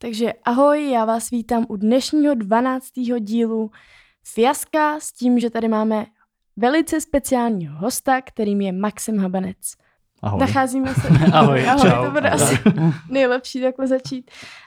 Takže ahoj, já vás vítám u dnešního 12. dílu Fiaska s tím, že tady máme velice speciálního hosta, kterým je Maxim Habanec. Ahoj. Nacházíme se... Ahoj, čau. To bude asi nejlepší takhle začít.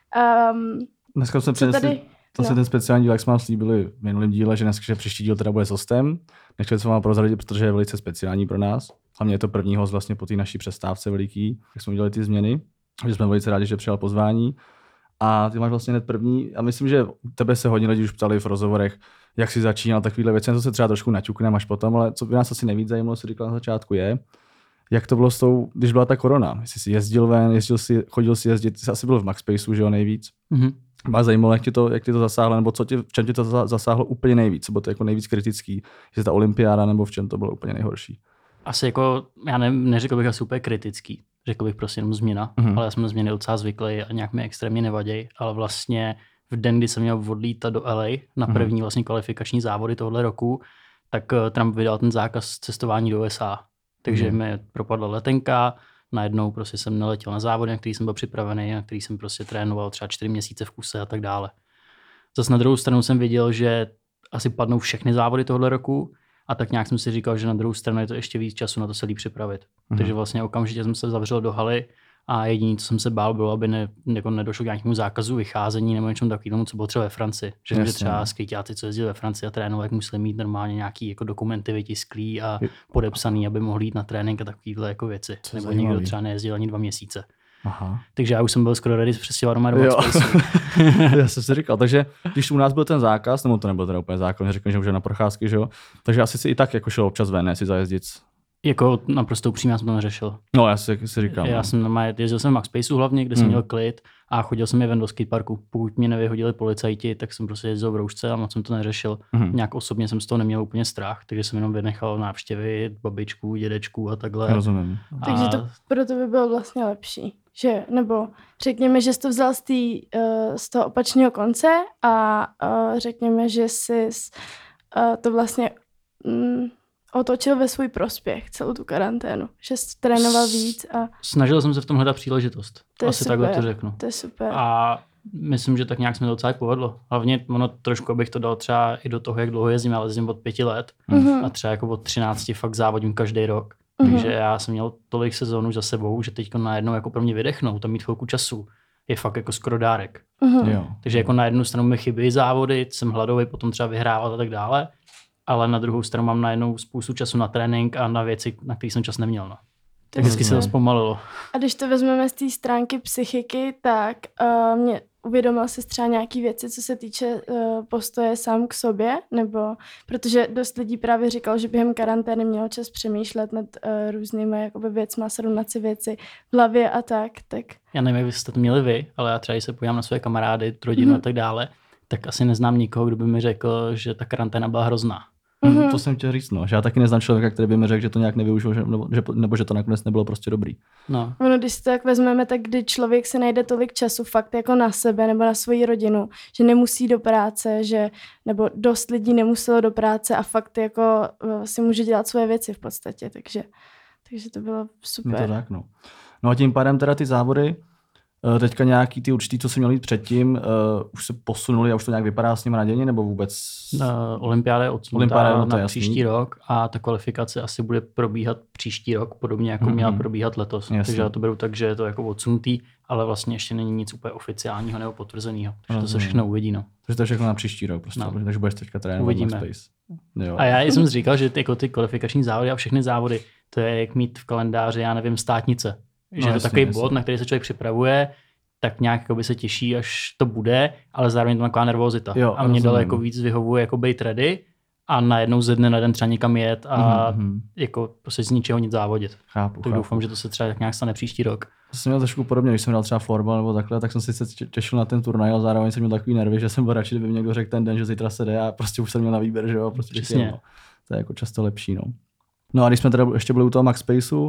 Dneska jsme přinesli ten speciální díl, jak jsme vám slíbili v minulém díle, že příští díl teda bude s hostem. Nechtěli jsme vám prozradit, protože je velice speciální pro nás. Hlavně je to první host vlastně po té naší přestávce veliký, jak jsme udělali ty změny. Takže jsme velice rádi, že přijal pozvání. A ty máš vlastně hned první, a myslím, že tebe se hodně lidí už ptali v rozhovorech, jak jsi začínal, takovýhle věci, co se třeba trošku naťukneme až potom, ale co by nás asi nejvíc zajímalo, co říkal na začátku je, jak to bylo s tou, když byla ta korona, jestli jsi jezdil ven, chodil jsi jezdit, jsi asi byl v Maxspaceu, že jo, nejvíc. Mm-hmm. Vás zajímalo, jak ti to zasáhlo, nebo v čem ti to zasáhlo úplně nejvíc, co bylo to jako nejvíc kritický, jestli ta olympiáda, nebo v čem to bylo úplně nejhorší. Asi jako, já neřekl bych asi úplně kritický, řekl bych prostě jenom změna, ale já jsem na změny docela zvyklý a nějak mi extrémně nevadí, ale vlastně v den, kdy jsem měl odlítat do LA na první vlastně kvalifikační závody tohoto roku, tak Trump vydal ten zákaz cestování do USA. Takže mi propadla letenka, najednou prostě jsem neletěl na závody, na který jsem byl připravený, na který jsem prostě trénoval třeba 4 měsíce v kuse a tak dále. Zase na druhou stranu jsem věděl, že asi padnou všechny závody tohoto roku a tak nějak jsem si říkal, že na druhou stranu je to ještě víc času na to se líp připravit. Takže vlastně okamžitě jsem se zavřel do haly a jediné, co jsem se bál, bylo, aby nedošlo k nějakému zákazu vycházení nebo něčemu takovému, co bylo třeba ve Francii. Že třeba skejťáci, co jezdili ve Francii a trénovali, museli mít normálně nějaký jako dokumenty vytisklý a podepsaný, aby mohli jít na trénink a takovéhle jako věci. Co nebo zajímavý. někdo třeba nejezdil ani 2 měsíce. Aha. Takže já už jsem byl skoro ready přestěhovat doma do Maxspaceu. Já jsem si říkal, takže když u nás byl ten zákaz, nebo to nebyl teda úplně zákaz, řekl, že může na procházky, že jo, takže asi si i tak jako šel občas ven, si zajezdit. Jako naprosto upřímně já jsem to neřešil. No, já si říkám. Já jsem jezdil jsem v Maxspaceu hlavně, kde jsem měl klid a chodil jsem ven do skateparku. Pokud mě nevyhodili policajti, tak jsem prostě jezdil v roušce a moc jsem to neřešil. Nějak osobně jsem z toho neměl úplně strach, takže jsem jenom vynechal návštěvy babičků, dědečků a takhle. Rozumím. Takže to pro to by bylo vlastně lepší. Že, nebo řekněme, že jsi to vzal z toho opačného konce a řekněme, že jsi to vlastně otočil ve svůj prospěch celou tu karanténu. Že jsi trénoval víc a... Snažil jsem se v tom hledat příležitost. Asi super, takhle to řeknu. To je super. A myslím, že tak nějak se mi to docela povedlo. Hlavně ono trošku, abych to dal třeba i do toho, jak dlouho jezdím, ale jezdím od 5 let a třeba jako od 13 fakt závodím každý rok. Takže já jsem měl tolik sezónů za sebou, že teď najednou jako pro mě vydechnout a mít chvilku času je fakt jako skoro dárek. Jo. Takže jako na jednu stranu mi chybí závody, jsem hladový, potom třeba vyhrávat a tak dále, ale na druhou stranu mám najednou spoustu času na trénink a na věci, na které jsem čas neměl. No. Tak vždycky se to zpomalilo. A když to vezmeme z té stránky psychiky, tak mě uvědomil jsi třeba nějaký věci, co se týče postoje sám k sobě, nebo protože dost lidí právě říkal, že během karantény mělo čas přemýšlet nad různými jakoby věcma, srovnat si věci v hlavě a tak. Já nevím, jak jste to měli vy, ale já třeba, když se podívám na své kamarády, rodinu a tak dále, tak asi neznám nikoho, kdo by mi řekl, že ta karanténa byla hrozná. To jsem chtěl říct, no, že já taky neznám člověka, který by mi řekl, že to nějak nevyužil, nebo že to nakonec nebylo prostě dobrý. No. Ono, když si to tak vezmeme, tak kdy člověk si najde tolik času fakt jako na sebe nebo na svoji rodinu, že nemusí do práce, nebo dost lidí nemuselo do práce a fakt jako si může dělat svoje věci v podstatě, takže to bylo super. Je to tak, no. No a tím pádem teda ty závody, teďka nějaký ty určitý, co jsem měl jít předtím, už se posunuli a už to nějak vypadá s nimi nadějně, nebo vůbec? Olympiáda je odsunutá na jasný. příští rok a ta kvalifikace asi bude probíhat příští rok, podobně jako měla probíhat letos. Jasný. Takže já to beru tak, že je to jako odsunutý, ale vlastně ještě není nic úplně oficiálního nebo potvrzeného. Takže to se všechno uvidí. No. Takže to je všechno na příští rok, prostě, takže budeš teďka trénovat na Space. Jo. A já jsem si říkal, že jako ty kvalifikační závody a všechny závody, to je jak mít v kalendáři, já nevím, státnice. Že je to takový bod, na který se člověk připravuje, tak nějak jako by se těší, až to bude, ale zároveň to má taková nervozita. Jo, a mě daleko víc vyhovuje jako být ready a najednou ze dne na den třeba někam jet a jako prostě z ničeho nic závodit. Chápu. Doufám, že to se třeba tak nějak stane příští rok. To jsem měl trošku podobně, když jsem hrál třeba florbal nebo takhle, tak jsem si těšil na ten turnaj, ale zároveň jsem měl takový nervy, že jsem byl radši, kdyby mi někdo řekl ten den, že zítra se jde a prostě už jsem měl na výběr, že jo, prostě chtěl, no. To je jako často lepší, no. No a když jsme teda ještě byli u toho Maxspaceu,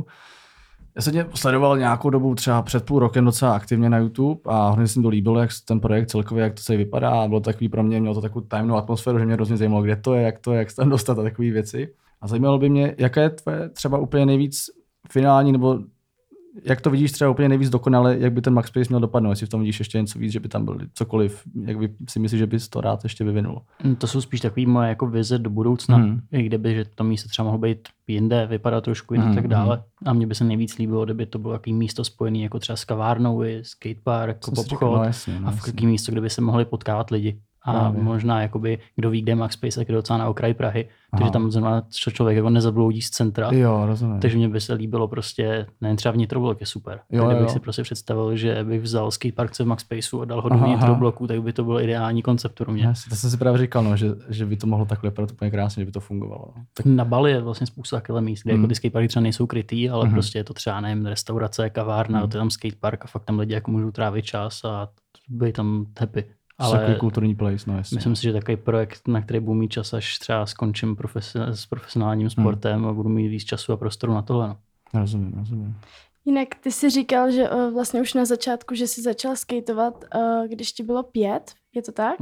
já jsem tě sledoval nějakou dobu, třeba před půl rokem docela aktivně na YouTube a hodně se mi to líbilo, jak ten projekt celkově, jak to se vypadá a bylo takový pro mě, mělo to takovou tajemnou atmosféru, že mě hrozně zajímalo, kde to je, jak se tam dostat a takové věci. A zajímalo by mě, jaká je tvoje třeba úplně nejvíc finální nebo jak to vidíš třeba úplně nejvíc dokonale, jak by ten Max Pace měl dopadnout, jestli v tom vidíš ještě něco víc, že by tam byl cokoliv, jak by si myslíš, že bys to rád ještě vyvinul? To jsou spíš takový moje jako vize do budoucna, i kdyby, že to místo třeba mohlo být jinde, vypadat trošku jinak tak dále. A mně by se nejvíc líbilo, kdyby to bylo takový místo spojený jako třeba s kavárnou, skatepark, obchod a v takový místo, kde by se mohli potkávat lidi. A právě. Možná, jakoby, kdo ví, kde je Max Pace, jak je docela na okraji Prahy, takže tam zrovna člověk jako nezabloudí z centra. Jo, rozumím. Takže mě by se líbilo prostě, nejen třeba vnitroblok je super. Kdybych si prostě představil, že bych vzal skatepark v Max Paceu a dal ho do vnitrobloku, tak by to byl ideální koncept pro mě. To jsem si právě říkal, no, že by to mohlo takhle vypadat úplně krásně, že by to fungovalo. Tak na Bali je vlastně spousta takových míst, kde jako ty skateparky třeba nejsou krytý, ale prostě je to třeba, nevím, restaurace, kavárna, to je tam skatepark a fakt tam lidi jako můžou trávit čas a být tam happy. Ale takový kulturní place, no jasně. Myslím si, že takový projekt, na který budu mít čas, až třeba skončím s profesionálním sportem a budu mít víc času a prostoru na tohle. No. Rozumím. Jinak ty jsi říkal, že vlastně už na začátku, že jsi začal skateovat, když ti bylo 5, je to tak?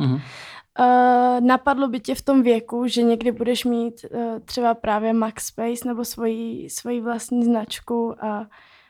Napadlo by tě v tom věku, že někdy budeš mít třeba právě Max Pace nebo svoji vlastní značku a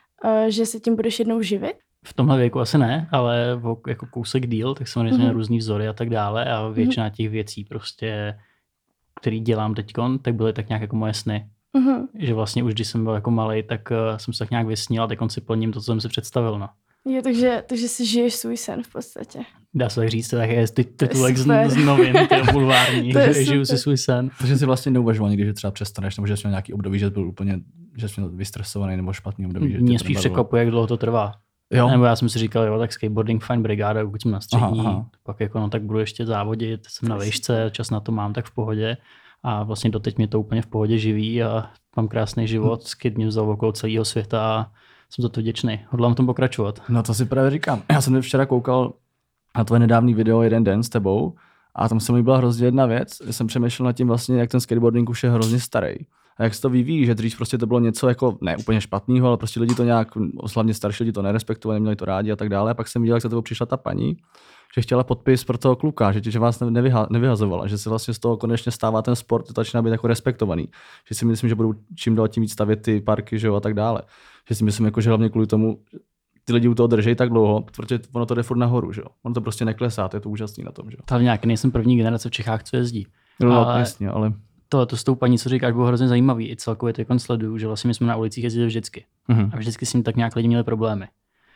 že se tím budeš jednou živit? V tomhle věku asi ne, ale jako kousek díl, tak samozřejmě různý vzory a tak dále a většina těch věcí prostě, který dělám teďkon, tak byly tak nějak jako moje sny. Že vlastně už když jsem byl jako malej, tak jsem se tak nějak vysnil a teď si plním to, co jsem si představil. No. Jo, takže si žiješ svůj sen v podstatě. Dá se tak říct, tak je titulek z novin, to je bulvární, že žiju si svůj sen. Takže jsi vlastně neuvažoval někdy, že třeba přestaneš, nebo že jsi měl nějaký období, že byl úplně, že jsi měl vystresovaný nebo špatný období. Mě spíš překvapuje, jak dlouho to trvá. Jo. Nebo já jsem si říkal, jo, tak skateboarding, fajn brigáda, pokud jsem na střední, pak jako no tak budu ještě závodit, jsem na výšce, čas na to mám, tak v pohodě. A vlastně doteď mě to úplně v pohodě živí a mám krásný život, skate mě vzal okolo celého světa a jsem za to vděčný. Hodlám v tom pokračovat. No to si právě říkám. Já jsem včera koukal na tvoje nedávný video Jeden den s tebou a tam se mi byla hrozně jedna věc. Jsem přemýšlel nad tím vlastně, jak ten skateboarding už je hrozně starý. A jak se to vyvíjí, že dřív prostě to bylo něco jako ne úplně špatného, ale prostě lidi to nějak, hlavně starší lidi to nerespektovali, neměli to rádi a tak dále. A pak jsem viděl, jak se toho přišla ta paní, že chtěla podpis pro toho kluka, že vás nevyhazovala, že se vlastně z toho konečně stává ten sport, to začíná být jako respektovaný. Že si myslím, že budou čím dál tím víc stavět ty parky, že jo, a tak dále. Že si myslím, jako, že hlavně kvůli tomu ty lidi u toho drží tak dlouho, protože ono to jde furt nahoru, že jo. Ono to prostě neklesá, to je to úžasný na tom, že jo. Tam nějak nejsem první generace v Čechách, co jezdí. No, jasně, ale to s tou paní, co říkáš, bylo hrozně zajímavý. I celkově to sleduju, že vlastně my jsme na ulicích jezdili vždycky. A vždycky s ním tak nějak lidi měli problémy.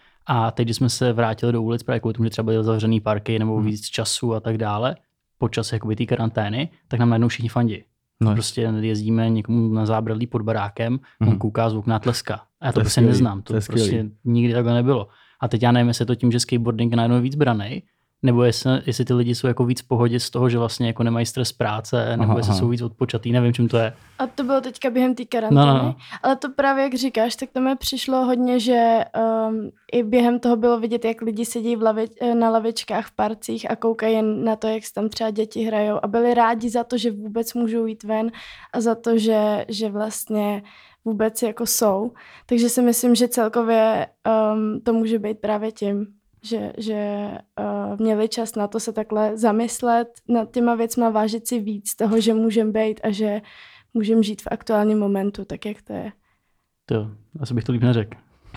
A teď, když jsme se vrátili do ulic, právě kvůli tomu, že třeba byly zavřený parky nebo víc času a tak dále, počas jakoby té karantény, tak nám najednou všichni fandí. No. Prostě jezdíme někomu na zábradlí pod barákem, on kouká z okna tleska. A já to prostě neznám, to prostě nikdy takhle nebylo. A teď já nevím, jestli je to tím, že skateboarding je najednou víc branej, nebo jestli ty lidi jsou jako víc v pohodě z toho, že vlastně jako nemají stres práce, nebo jestli jsou víc odpočatý, nevím, čím to je. A to bylo teďka během té karantény. No. Ale to právě, jak říkáš, tak to mi přišlo hodně, že i během toho bylo vidět, jak lidi sedí na lavičkách v parcích a koukají jen na to, jak se tam třeba děti hrajou a byli rádi za to, že vůbec můžou jít ven a za to, že vlastně vůbec jako jsou. Takže si myslím, že celkově to může být právě tím, že měli čas na to se takhle zamyslet nad těma věcma, vážit si víc toho, že můžeme být a že můžeme žít v aktuálním momentu, tak jak to je. To, asi bych to líp neřekl.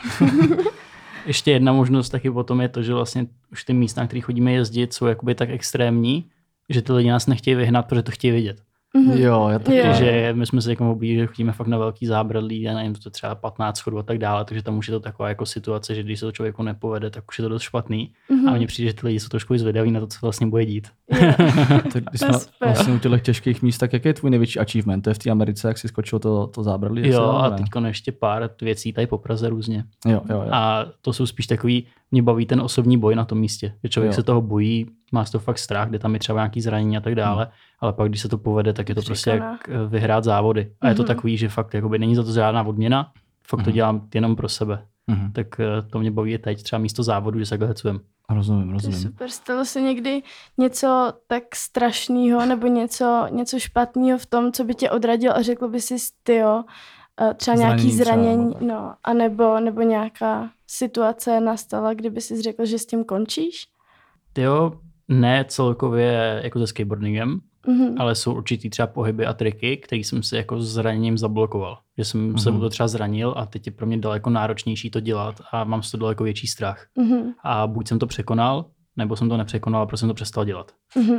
Ještě jedna možnost taky potom je to, že vlastně už ty místa, na které chodíme jezdit, jsou jakoby tak extrémní, že ty lidi nás nechtějí vyhnat, protože to chtějí vidět. Jo, já taky. Takže my jsme si jako oblíbili, že chodíme fakt na velký zábradlí, já nevím, to třeba 15 schodů a tak dále, takže tam už je to taková jako situace, že když se to člověku nepovede, tak už je to dost špatný. A mně přijde, že ty lidi jsou trošku zvědaví na to, co vlastně bude dít. Když jsme vlastně u těch těžkých míst, tak jaký je tvůj největší achievement? To je v té Americe, jak jsi skočil to zábradlí? Jo, a teďko ještě pár věcí tady po Praze různě. Jo. A to jsou spíš takový, mě baví ten osobní boj na tom místě, že člověk se toho bojí, má z toho fakt strach, kde tam je třeba nějaký zranění a tak dále, ale pak když se to povede, tak je to prostě jak vyhrát závody. A je to takový, že fakt jakoby není za to žádná odměna, fakt to dělám jenom pro sebe. Tak to mě baví teď třeba místo závodu, že se takhle hecujem. Rozumím. To je super. Stalo se někdy něco tak strašného nebo něco špatného v tom, co by tě odradil a řekl by si tyjo, třeba nějaký zranění, no, nebo nějaká situace nastala, kdyby si řekl, že s tím končíš? Jo, ne celkově jako se skateboardingem, ale jsou určitý třeba pohyby a triky, který jsem si jako zraněním zablokoval. Že jsem se to třeba zranil a teď je pro mě daleko náročnější to dělat a mám z toho daleko větší strach. A buď jsem to překonal, nebo jsem to nepřekonal a prostě jsem to přestal dělat.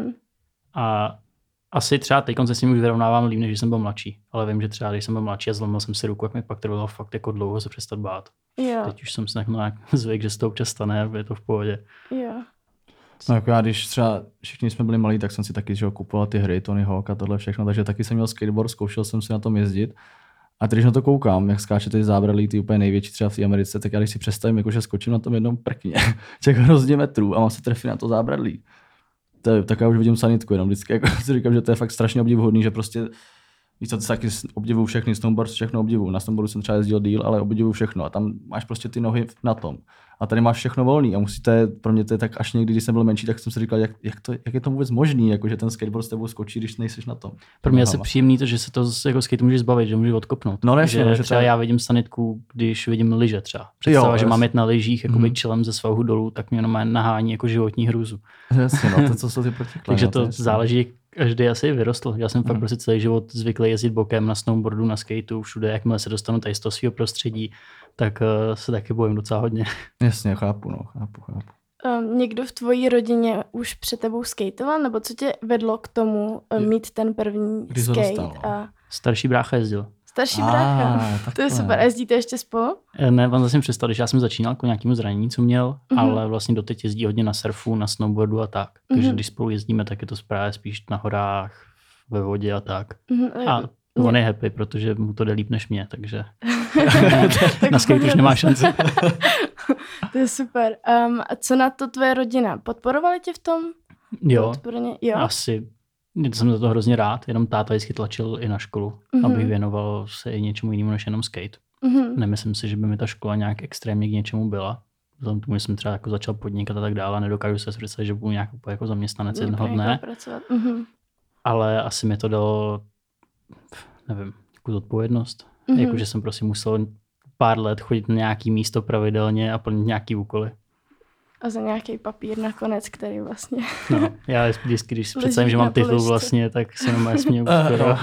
A asi třeba teď se s ním už vyrovnávám líp, než když jsem byl mladší. Ale vím, že třeba když jsem byl mladší a zlomil jsem si ruku, jak mi pak trvalo fakt jako dlouho se přestat bát. Jo. Teď už jsem si nějak zvyk, že se to občas stane a je to v pohodě. Jo. No jako já, když třeba všichni jsme byli malí, tak jsem si taky kupoval ty hry, Tony Hawk a tohle všechno, takže taky jsem měl skateboard, zkoušel jsem si na tom jezdit. A když na to koukám, jak skáče ty zábralí, ty úplně největší třeba v té Americe, tak já když si představím, jakože skočím na tom jednom prkně, těch hrozně metrů a mám se trefit na to zábradlí. Tak já už vidím sanitku jenom vždycky, jako si říkám, že to je fakt strašně obdivuhodný, že prostě víš co, taky obdivuju všechny, snowboard všechno obdivuju. Na snowboardu jsem třeba jezdil díl, ale obdivuju všechno a tam máš prostě ty nohy na tom. A tady máš všechno volný a musíte, pro mě to je tak až někdy, když jsem byl menší, tak jsem si říkal, jak je to vůbec možný, jako že ten skateboard s tebou skočí, když nejseš na tom. Pro mě je asi příjemný to, že se to jako skate můžeš zbavit, že můžeš odkopnout. No že třeba já vidím sanitku, když vidím lyže třeba. Představa, že mám jet na lyžích jakoby čelem ze svahu dolů, tak mě normálně nahání jako životní hrůzu. Jasně, no, to co jsou ty protiklady. Takže to záleží, každý asi vyrostl. Já jsem fakt prostě celý život zvyklý jezdit bokem na snowboardu, na skateu, všude, jakmile se dostanu tady z toho svého prostředí, tak se taky bojím docela hodně. Jasně, chápu. Někdo v tvojí rodině už před tebou skateoval, nebo co tě vedlo k tomu mít ten první skate? Starší brácha jezdil. Starší brácha, to je super. A jezdíte ještě spolu? Ne, on zase přestal, když já jsem začínal jako nějakému zranění, co měl, ale vlastně doteď jezdí hodně na surfu, na snowboardu a tak. Takže když spolu jezdíme, tak je to právě spíš na horách, ve vodě a tak. A on je happy, protože mu to jde líp než mě, takže na skate už nemá šanci. To je super. A co na to tvoje rodina? Podporovali tě v tom? Jo. Asi. Jsem za to hrozně rád, jenom táta vždycky tlačil i na školu, abych věnoval se i něčemu jinému než jenom skate. Nemyslím si, že by mi ta škola nějak extrémně k něčemu byla. Vzhledem tomu, že jsem třeba jako začal podnikat a tak dále, nedokážu se představit, že budu nějak jako zaměstnanec jednoho dne. Ale asi mi to dalo, nevím, takovou odpovědnost. Jakože jsem prostě musel pár let chodit na nějaký místo pravidelně a plnit nějaký úkoly. A za nějaký papír nakonec, který vlastně... No, já vždycky, když si představím, že mám titul vlastně, tak se normálně směju skoro.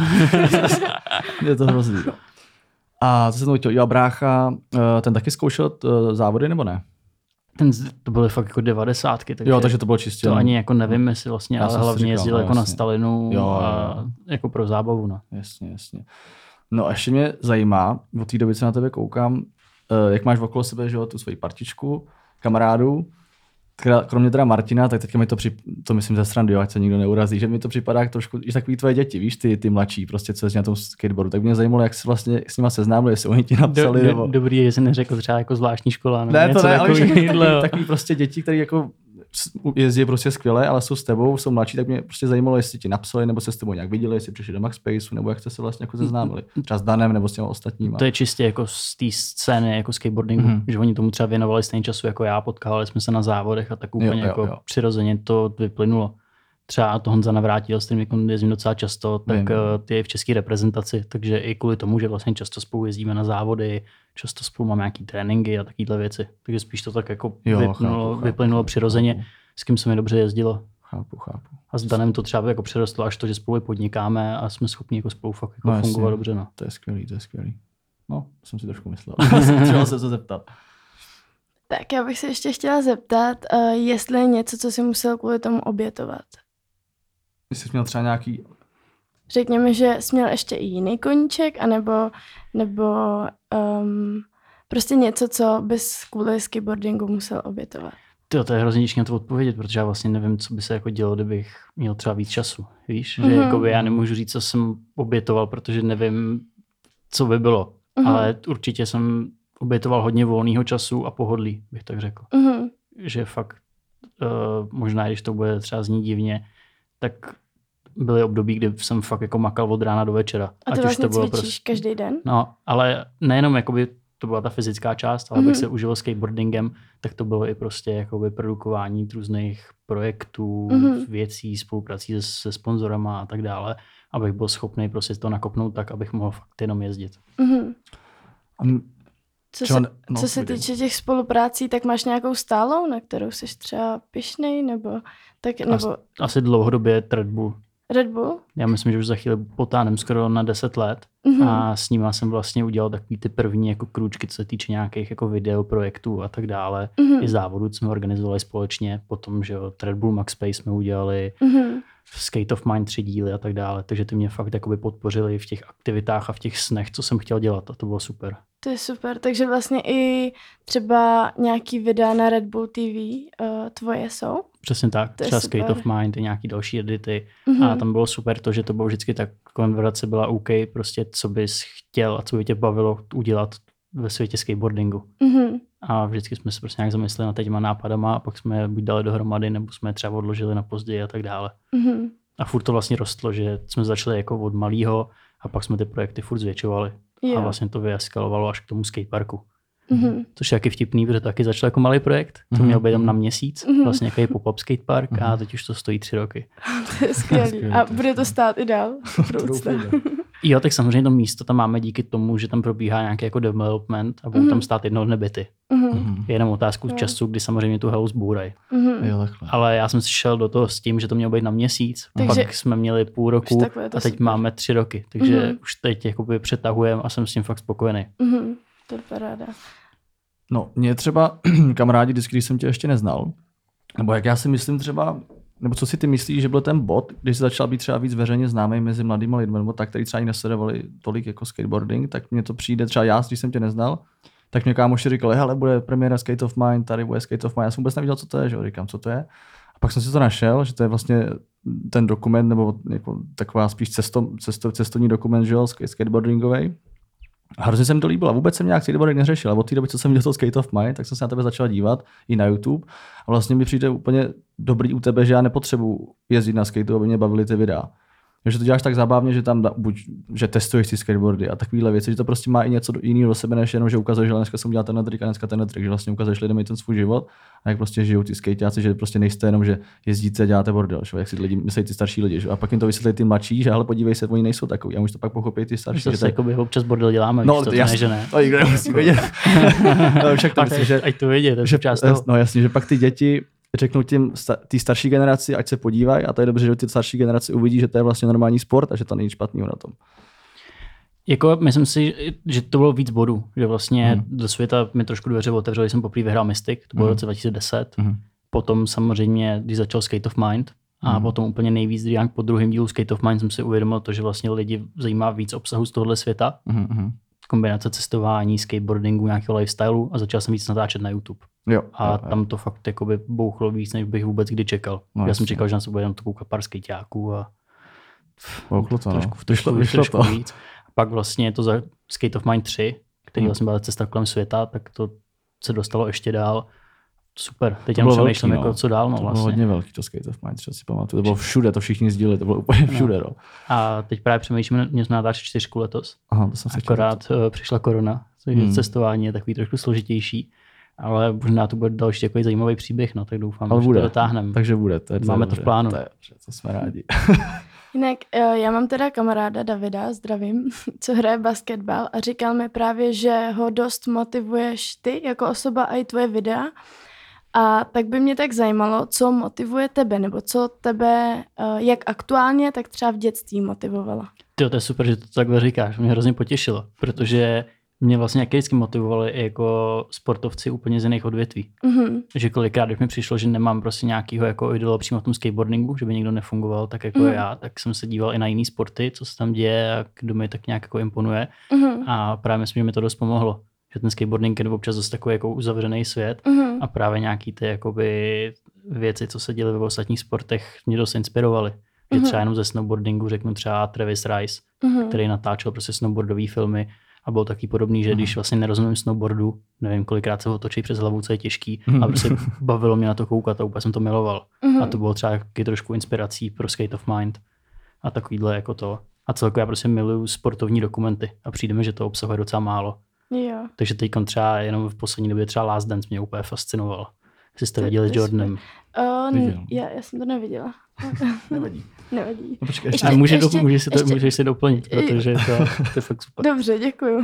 Je to hrozný. A co jsem chtěl, jo, brácha, ten taky zkoušel závody, nebo ne? To byly fakt jako 90. Takže to bylo čistě. To ani jako nevím, jestli vlastně, ale hlavně jezdil jako na Stalinu a jako pro zábavu. No. Jasně. No a ještě mě zajímá, od té doby, co na tebe koukám, jak máš okolo sebe, že, tu svoji partičku, kamarádů, kromě teda Martina, tak teďka mi to myslím ze srandy, ať se nikdo neurazí, že mi to připadá trošku, že takový tvoje děti, víš, ty mladší, prostě co jezdí na tom skateboardu, tak mě zajímalo, jak se vlastně s nima seznámili, jestli oni ti napsali, nebo... Dobrý, že jsi neřekl třeba jako zvláštní škola. Ne, to ne, ale takový prostě děti, který jako jezdí prostě skvěle, ale jsou s tebou, jsou mladší, tak mě prostě zajímalo, jestli ti napsali, nebo se s tebou nějak viděli, jestli přišli do Maxspaceu, nebo jak jste se vlastně jako seznámili. Třeba s Danem nebo s těmi ostatníma. To je čistě jako z té scény jako skateboardingu, že oni tomu třeba věnovali stejný času jako já, potkávali jsme se na závodech a tak úplně jako přirozeně to vyplynulo. Třeba to Honza Navrátil, s kterým jezdím docela často, tak ty je v české reprezentaci, takže i kvůli tomu, že vlastně často spolu jezdíme na závody, často spolu máme nějaký tréninky a takovéhle věci. Takže spíš to tak jako vyplynulo přirozeně, s kým se mi dobře jezdilo. Chápu. A s Danem to třeba jako přerostlo až to, že spolu podnikáme a jsme schopni jako spolu fakt jako fungovat dobře. No. To je skvělý. No, jsem si trošku myslel. Chtěla se to zeptat. Tak já bych se ještě chtěla zeptat, jestli je něco, co jsi musel kvůli tomu obětovat. Jsi měl třeba nějaký... Řekněme, že jsi měl ještě i jiný koníček, anebo prostě něco, co bys kvůli skateboardingu musel obětovat. To je hrozně těžké na to odpovědět, protože já vlastně nevím, co by se jako dělo, kdybych měl třeba víc času. Víš, že jakoby já nemůžu říct, co jsem obětoval, protože nevím, co by bylo. Ale určitě jsem obětoval hodně volného času a pohodlí, bych tak řekl. Že fakt, možná když to bude třeba znít divně, tak byly období, kdy jsem fakt jako makal od rána do večera. A ty vlastně cvičíš každý den? No, ale nejenom jakoby to byla ta fyzická část, ale bych se užil skateboardingem, tak to bylo i prostě jakoby produkování různých projektů, věcí, spoluprací se sponzorama a tak dále, abych byl schopný prostě to nakopnout tak, abych mohl fakt jenom jezdit. Co se týče těch spoluprácí, tak máš nějakou stálou, na kterou jsi třeba pyšnej, nebo... Asi dlouhodobě Red Bull. Red Bull? Já myslím, že už za chvíli potáhnem skoro na 10 let a s nima jsem vlastně udělal takový ty první jako krůčky, co se týče nějakých jako videoprojektů a tak dále. I závodů jsme organizovali společně, potom, že Red Bull Max Pace jsme udělali, Skate of Mind 3 díly a tak dále, takže ty mě fakt jakoby podpořili v těch aktivitách a v těch snech, co jsem chtěl dělat a to bylo super. To je super, takže vlastně i třeba nějaký videa na Red Bull TV tvoje jsou? Přesně tak, třeba super. Skate of Mind i nějaký další edity a tam bylo super to, že to bylo vždycky tak konverzace byla OK, prostě co bys chtěl a co by tě bavilo udělat ve světě skateboardingu. A vždycky jsme se prostě nějak zamysleli nad těma nápadama a pak jsme je buď dali dohromady, nebo jsme je třeba odložili na později a tak dále. A furt to vlastně rostlo, že jsme začali jako od malého a pak jsme ty projekty furt zvětšovali. A vlastně to vyeskalovalo až k tomu skateparku. Což je taky vtipný, protože to taky začal jako malý projekt, to měl být tam na měsíc, vlastně jaký pop-up skatepark a teď už to stojí 3 roky. To je skvělý. A bude to stát i dál? Jo, tak samozřejmě to místo tam máme díky tomu, že tam probíhá nějaký jako development a budou tam stát jednoho dne byty. Je jenom otázku času, kdy samozřejmě tu halu zbourají. Ale já jsem si šel do toho s tím, že to mělo být na měsíc, pak jsme měli půl roku a teď máme 3 roky, takže už teď jakoby přetahujeme a jsem s tím fakt spokojený. To je paráda. No, mě třeba kamarádi, když jsem tě ještě neznal, nebo jak já si myslím třeba, nebo co si ty myslíš, že byl ten bod, když jsi začal být třeba víc veřejně známý mezi mladými lidmi, nebo tak, který třeba ani nesledovali tolik jako skateboarding, tak mně to přijde třeba já, když jsem tě neznal, tak mě kámoši říkali, hele, bude premiéra Skate of Mind, tady bude Skate of Mind, já jsem vůbec nevěděl, co to je, že jo, říkám, co to je. A pak jsem si to našel, že to je vlastně ten dokument, nebo jako taková spíš cestovní dokument, že jo, skateboardingový. A hrozně se mi to líbilo. Vůbec jsem nějak skateboarding neřešil. A od té doby, co jsem viděl to Skate of Mind, tak jsem se na tebe začal dívat i na YouTube. A vlastně mi přijde úplně dobrý u tebe, že já nepotřebuji jezdit na skateu, aby mě bavily ty videa. Že to děláš tak zábavně, že tam že testuješ ty skateboardy a takovéhle věci, že to prostě má i něco jiného do sebe, než jenom, že ukazuješ, že dneska jsem udělal ten trik a dneska ten trik, že vlastně ukazuješ lidem i ten svůj život a jak prostě žijou ty skateáci, že prostě nejste jenom, že jezdíte a děláte bordel, že? Jak si lidi myslí ty starší lidi, že? A pak jim to vysvětlí ty mladší, že ale podívej se, oni nejsou takový a už to pak pochopí ty starší. Že to jakoby občas bordel děláme, no, to jasně, ne, že ne. To nikdo nemusí vědět. No, však to myslím, že ať to vědí, to je část toho. No jasně, že pak ty děti řeknou té starší generaci, ať se podívají a to je dobře, že ty starší generaci uvidí, že to je vlastně normální sport a že to není špatný na tom. Jako myslím si, že to bylo víc bodů, že vlastně do světa mi trošku dveře otevřeli, jsem poprvé vyhrál Mystic, to bylo v roce 2010, potom samozřejmě, když začal Skate of Mind a potom úplně nejvíc, když po druhém dílu Skate of Mind jsem si uvědomil to, že vlastně lidi zajímá víc obsahu z tohohle světa, kombinace cestování, skateboardingu, nějakého lifestylu a začal jsem víc natáčet na YouTube. Jo, a tam to fakt jakoby bouchlo víc, než bych vůbec kdy čekal. No, já jsem čekal, že na se bude jenom to koukat pár skejťáků a bouchlo to, trošku víc. A pak vlastně je to za Skate of Mind 3, který vlastně byla cesta kolem světa, tak to se dostalo ještě dál. Super, teď jenom přemýšlím, jako co dál. No, to vlastně. bylo hodně velký to Skate of Mind, třeba si pamatuju. To bylo všude, to všichni sdíleli, to bylo úplně všude. No. A teď právě přemýšlíme, mě jsme natáčeli 4 letos. Aha, to jsem akorát přišla korona, takže cestování je takový trošku složitější. Ale možná to bude další takový zajímavý příběh, no, tak doufám, že to dotáhneme. Takže bude. Máme to v plánu. To jsme rádi. Jinak já mám teda kamaráda Davida, zdravím, co hraje basketbal a říkal mi právě, že ho dost motivuješ ty jako osoba a i tvoje videa. A tak by mě tak zajímalo, co motivuje tebe, nebo co tebe jak aktuálně, tak třeba v dětství motivovalo. To je super, že to takhle říkáš, mě hrozně potěšilo, protože mě vlastně vždycky motivovali i jako sportovci úplně z jiných odvětví. Že kolikrát, když mi přišlo, že nemám prostě nějakýho jako idola přímo v tom skateboardingu, že by někdo nefungoval tak jako já, tak jsem se díval i na jiný sporty, co se tam děje a kdo mi tak nějak jako imponuje. A právě myslím, že mi to dost pomohlo. Že ten skateboarding je občas zase takový jako uzavřený svět a právě nějaký ty jakoby věci, co se děly ve ostatních sportech, mě dost inspirovaly. Že třeba jenom ze snowboardingu řeknu třeba Travis Rice, který natáčel prostě snowboardové filmy a bylo taky podobný, že když vlastně nerozumím snowboardu, nevím, kolikrát se ho točí přes hlavu, co je těžký, ale prostě bavilo mě na to koukat a úplně jsem to miloval. A to bylo třeba taky trošku inspirací pro Skate of Mind a takovýhle jako to. A celkově já prostě miluju sportovní dokumenty a přijde mi, že to obsahuje docela málo. Jo. Takže teď třeba jenom v poslední době třeba Last Dance mě úplně fascinoval. Jestli jste viděli s Jordanem. Já jsem to neviděla. Nevadí. No, počkej, můžeš si doplnit, protože to je fakt super. Dobře, děkuju.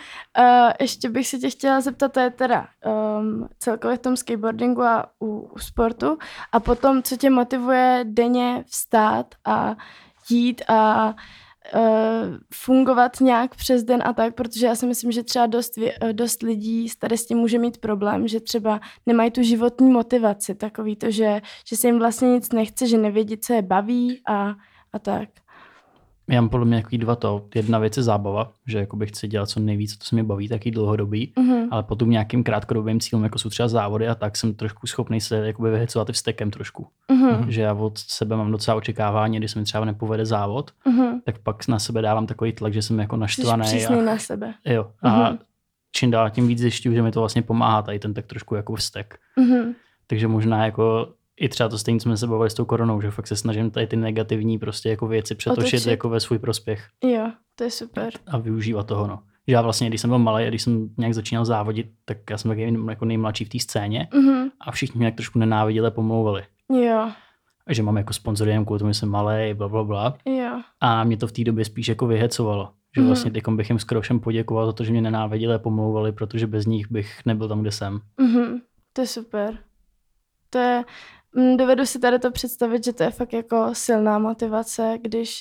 Ještě bych se tě chtěla zeptat, to je teda celkově v tom skateboardingu a u sportu a potom, co tě motivuje denně vstát a jít a fungovat nějak přes den a tak, protože já si myslím, že třeba dost lidí tady s tím může mít problém, že třeba nemají tu životní motivaci, takový to, že se jim vlastně nic nechce, že nevědí, co je baví a tak. Já mám podle mě takový dva to. Jedna věc je zábava, že jakoby chci dělat co nejvíc, to se mi baví, taky dlouhodobý, ale potom nějakým krátkodobým cílem, jako jsou třeba závody a tak, jsem trošku schopný se jakoby vyhecovat i vztekem trošku. Že já od sebe mám docela očekávání, když se mi třeba nepovede závod, tak pak na sebe dávám takový tlak, že jsem jako naštvaný. Jsi přísný na sebe. Jo. A čím dál tím víc zjišťuju, že mi to vlastně pomáhá tady ten tak trošku jako vztek. Takže možná jako i třeba to stejně jsme se bavili s tou koronou, že fakt se snažím tady ty negativní prostě jako věci přetočit jako ve svůj prospěch. Jo, to je super. A využívat toho, no. Že já vlastně, když jsem byl malý a když jsem nějak začínal závodit, tak já jsem taky jako nejmladší v té scéně a všichni mě jak trošku nenáviděli a pomlouvali. Jo. A že mám jako sponzory jen kvůli tomu, že jsem malý, blablabla. Jo. A mě to v té době spíš jako vyhecovalo. Že vlastně teďkom bych jim skoro všem poděkoval za to, že mě nenáviděli a pomlouvali, protože bez nich bych nebyl tam, kde jsem. To je super. To je... Dovedu si tady to představit, že to je fakt jako silná motivace, když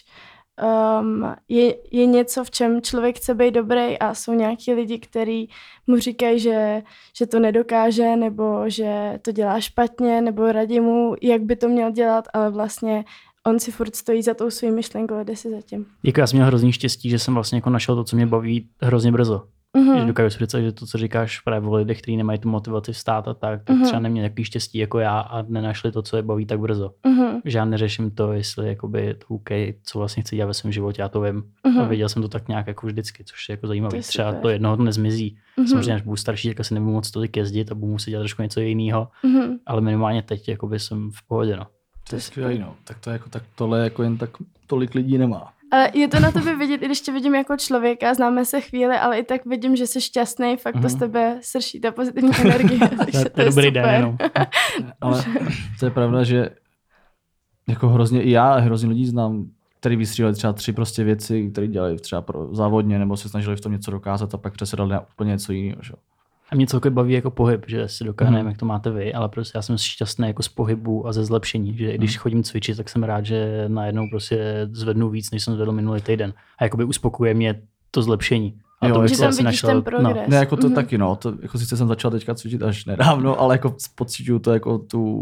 je něco, v čem člověk chce být dobrý a jsou nějaký lidi, kteří mu říkají, že to nedokáže nebo že to dělá špatně nebo radí mu, jak by to měl dělat, ale vlastně on si furt stojí za tou svou myšlenkou a jde si za tím. Jako já jsem měl hrozný štěstí, že jsem vlastně jako našel to, co mě baví hrozně brzo. Že dokážu si představit, že to, co říkáš právě o lidech, kteří nemají tu motivaci vstát a tak třeba neměli takový štěstí jako já a nenašli to, co je baví tak brzo. Že já neřeším to, jestli jakoby OK, co vlastně chci dělat ve svém životě, já to vím. A viděl jsem to tak nějak jako vždycky, což je jako zajímavé. Třeba to jednoho dne zmizí. Samozřejmě, až budu starší, tak asi nebudu moc tolik jezdit a budu muset dělat trošku něco jiného. Ale minimálně teď jakoby jsem v pohodě, no. To je skvělý, no. Tak to jako tak tohle jako jen tak tolik lidí nemá. Ale je to na tebe vidět, i když tě vidím jako člověka, známe se chvíli, ale i tak vidím, že jsi šťastný, fakt to z tebe srší ta pozitivní energie. Takže to je dobrý super. den, no. Ale to je pravda, že jako hrozně i já, hrozně lidí znám, který vystříleli třeba 3 prostě věci, které dělali třeba pro závodně, nebo se snažili v tom něco dokázat a pak přesedali na úplně něco jiného. A mě celkově baví jako pohyb, že si dokážu, nevím, jak to máte vy, ale prostě já jsem šťastný jako z pohybu a ze zlepšení, že když chodím cvičit, tak jsem rád, že najednou prostě zvednu víc, než jsem zvedl minulý týden. A jakoby uspokuje mě to zlepšení. A jo, to že tam vidíš ten progres. No. Ne, jako to taky, no. To, jako sice jsem začal teďka cvičit až nedávno, ale jako pocituju to jako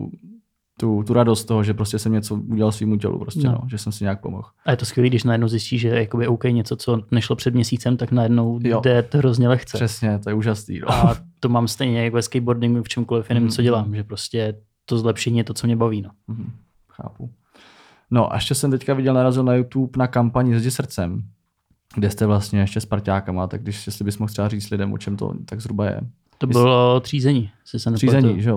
tu radost toho, že prostě jsem něco udělal svýmu tělu, prostě, no, že jsem si nějak pomohl. A je to skvělý, když najednou zjistíš, že jakoby OK, něco, co nešlo před měsícem, tak najednou jde to hrozně lehce. Přesně, to je úžasný. No. A to mám stejně jako ve skateboardingu, v čemkoliv jiném, co dělám, že prostě to zlepšení je to, co mě baví. No. Chápu. No a ještě jsem teďka viděl, narazil na YouTube na kampani Jezdi srdcem, kde jste vlastně ještě s parťákama, tak jestli bys mohl třeba říct lidem, o čem to tak zhruba je. To bylo třízení. Třízení, že jo?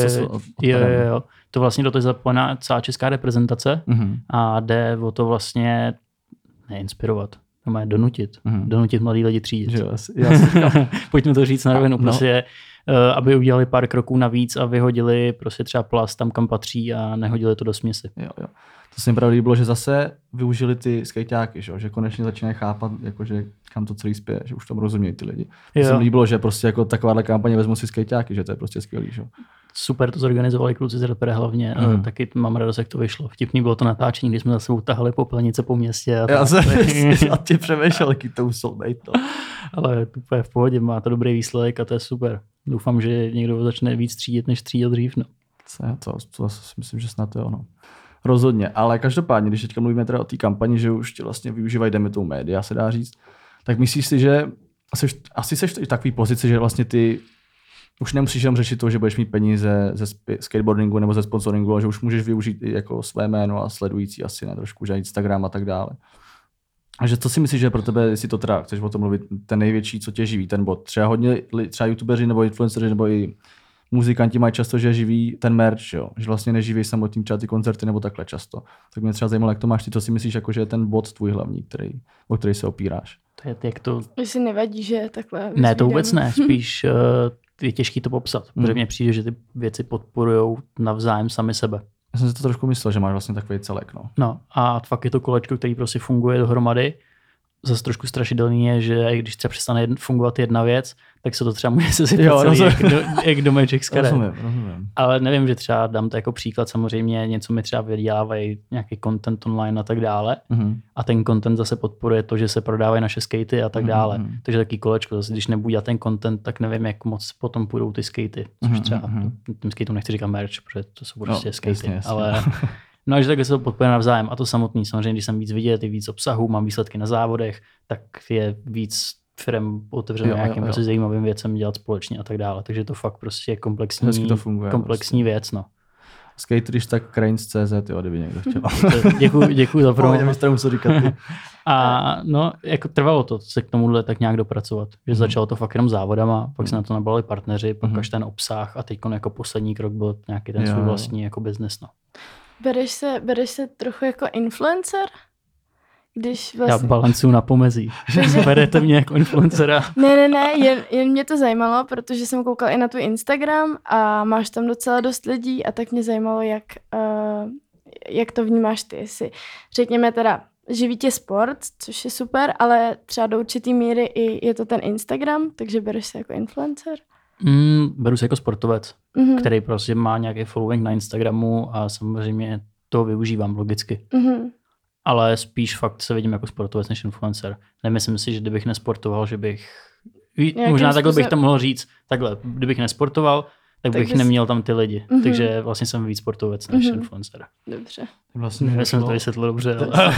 Jo. To vlastně do toho je zapojená celá česká reprezentace a jde o to vlastně neinspirovat, donutit mladý lidi třídit. Pojďme to říct na rovinu, prostě, aby udělali pár kroků navíc a vyhodili prostě třeba plast tam, kam patří a nehodili to do směsi. Jo. To se mi pravdě bylo, že zase využili ty skejťáky, že konečně začínají chápat, jakože kam to celý spěje, že už tam rozumějí ty lidi. To se mi líbilo, že prostě jako takováhle kampaně vezmu si skejťáky, že to je prostě skvělý. Že? Super to zorganizovali kluci z Repere hlavně, taky mám radost, jak to vyšlo. Vtipný bylo to natáčení, když jsme za sebou tahali popelnice po městě. Já ti přemýšlel, jaký to musel být. No. Ale to je v pohodě, má to dobrý výsledek a to je super. Doufám, že někdo začne víc třídit, než třídil dřív. No. To myslím, že snad je ono. Rozhodně, ale každopádně, když teďka mluvíme teda o té kampani, že už tě vlastně využívají, jdeme tou média, se dá říct, tak myslíš si, že asi seš v takové pozici, že vlastně ty už nemusíš jenom řešit to, že budeš mít peníze ze skateboardingu nebo ze sponsoringu, ale že už můžeš využít i jako své jméno a sledující asi ne trošku, že Instagram a tak dále. A že co si myslíš, že pro tebe, jestli to teda chceš o tom mluvit, ten největší, co tě živí, ten bod? Třeba hodně, třeba youtubeři nebo influenceři nebo i muzikanti mají často, že živí ten merch, jo? Že vlastně neživí samotný třeba ty koncerty nebo takhle často. Tak mě třeba zajímalo, jak to máš ty, co si myslíš, jako, že je ten bod tvůj hlavní, o který se opíráš. To je jak to... Jestli nevadí, že je takhle... Ne, to vůbec ne, spíš je těžký to popsat, protože mně přijde, že ty věci podporujou navzájem sami sebe. Já jsem si to trošku myslel, že máš vlastně takový celek. No a fakt je to kolečko, který prostě funguje dohromady zase trošku strašidelný je, že když třeba přestane fungovat jedna věc, tak se to třeba může sesypat jak domeček z karet. Rozumím. Ale nevím, že třeba dám to jako příklad, samozřejmě něco mi třeba vydělávají, nějaký content online a tak dále. A ten content zase podporuje to, že se prodávají naše skatey a tak dále. Takže taky kolečko, zase když nebudu dělat ten content, tak nevím, jak moc potom půjdou ty skatey. Což třeba tím skateům nechci říkat merch, protože to jsou prostě skatey. Jasně. Ale no, že takhle se to podporuje navzájem. A to samotný, samozřejmě, když jsem víc vidět, je víc obsahu, mám výsledky na závodech, tak je víc firem otevřeno nějakým prostě zajímavým věcem dělat společně a tak dále. Takže to fakt prostě je komplexní věc. No. Skate, když tak Cranes.cz, kdyby někdo chtěl. Děkuji za promo. Musel říkat. A no, jako trvalo to se k tomuhle tak nějak dopracovat. Že začalo to fakt jenom závodama, pak se na to nabalili partneři, pak až ten obsah a teď jako poslední krok byl nějaký ten svůj vlastní jako business. No. Bereš se trochu jako influencer? Když vlastně... Já balancuju na pomezí. Berete mě jako influencera? Ne, jen mě to zajímalo, protože jsem koukala i na tvůj Instagram a máš tam docela dost lidí a tak mě zajímalo, jak to vnímáš ty. Jestli, řekněme teda, živí tě sport, což je super, ale třeba do určitý míry i je to ten Instagram, takže bereš se jako influencer? Beru se jako sportovec, který prostě má nějaký following na Instagramu a samozřejmě to využívám logicky. Ale spíš fakt se vidím jako sportovec než influencer. Nemyslím si, že kdybych nesportoval, že bych... Možná takhle bych to mohl říct. Takhle, kdybych nesportoval, tak bych neměl tam ty lidi. Takže vlastně jsem víc sportovec než influencer. Dobře. Vlastně jsem to vysvětlil dobře.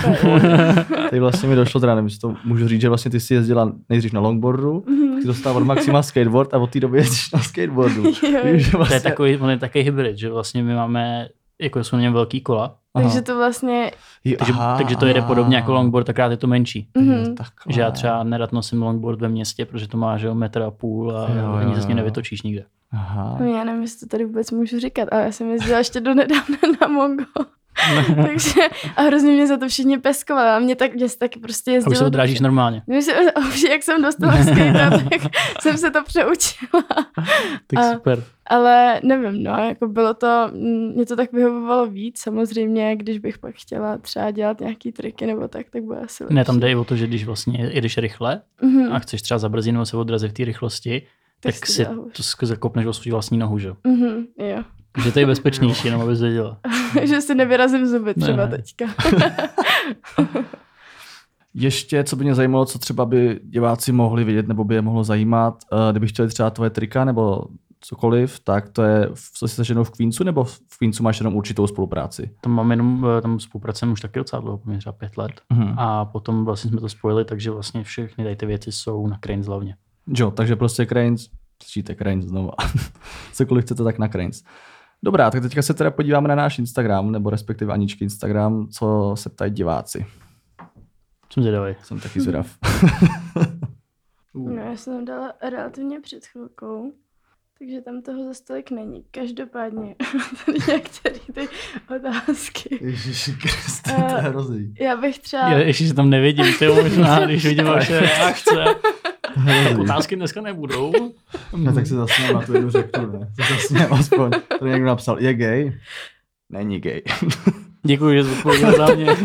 Teď vlastně mi došlo, teda nevím, to můžu říct, že vlastně ty jsi jezdila nejdřív na longboardu, ty dostal od Maxima skateboard a od té doby jezdíš na skateboardu. To je takový, on je takový hybrid, že vlastně my máme, jako jsou na něm velký kola. Takže to vlastně... Takže to jede podobně jako longboard, takrát je to menší. Že já třeba nerad nosím longboard ve městě, protože to má, že 1,5 m a ani se s ním nevytočíš nikde. Já nevím, jestli to tady vůbec můžu říkat, ale já jsem jezdila ještě donedávna na Mongo. Takže a hrozně mě za to všichni peskovali a mě se taky prostě jezdilo. A už se odrážíš normálně. Jak jsem dostala skate, tak jsem se to přeučila. Tak super. Ale nevím, no, jako bylo to, mě to tak vyhovovalo víc, samozřejmě, když bych pak chtěla třeba dělat nějaký triky nebo tak bude asi lepší. Ne, tam jde i o to, že když vlastně jedeš rychle a chceš třeba zabrzdit nebo se odrazit v té rychlosti, tak si to zakopneš o svůj vlastní nohu, že? Jo. Že to je bezpečnější, jenom abys věděla. Že si nevyrazím zuby třeba teďka. Ještě, co by mě zajímalo, co třeba by diváci mohli vidět, nebo by je mohlo zajímat, kdyby chtěli třeba tvoje trika, nebo cokoliv, tak to je, co jsi jenom v Queensu, nebo v Queensu máš jenom určitou spolupráci? Tam spolupracujeme už taky docela dlouho, poměrně třeba 5 let. A potom vlastně jsme to spojili, takže vlastně všechny tady ty věci jsou na Cranes hlavně. Jo, takže prostě Cranes, slyšíte Cranes znova. Cokoliv chcete, tak na Cranes. Dobrá, tak teďka se teda podíváme na náš Instagram, nebo respektive Aničky Instagram, co se ptají diváci. Jsem zvědavý. Jsem taky zvědav. No, já jsem tam dala relativně před chvilkou, takže tam toho zase tolik není. Každopádně tady některé ty otázky. Ježiši Kriste, to je hrozný. Já bych třeba... Ještě se tam nevidím, ty možná, když vidím vaše reakce. Otázky dneska nebudou. No, tak se zasněm na tu jednu řeknu, ne? Se zasněm aspoň. To někdo napsal, je gay? Není gay. Děkuji, že jsi odpověděl za mě.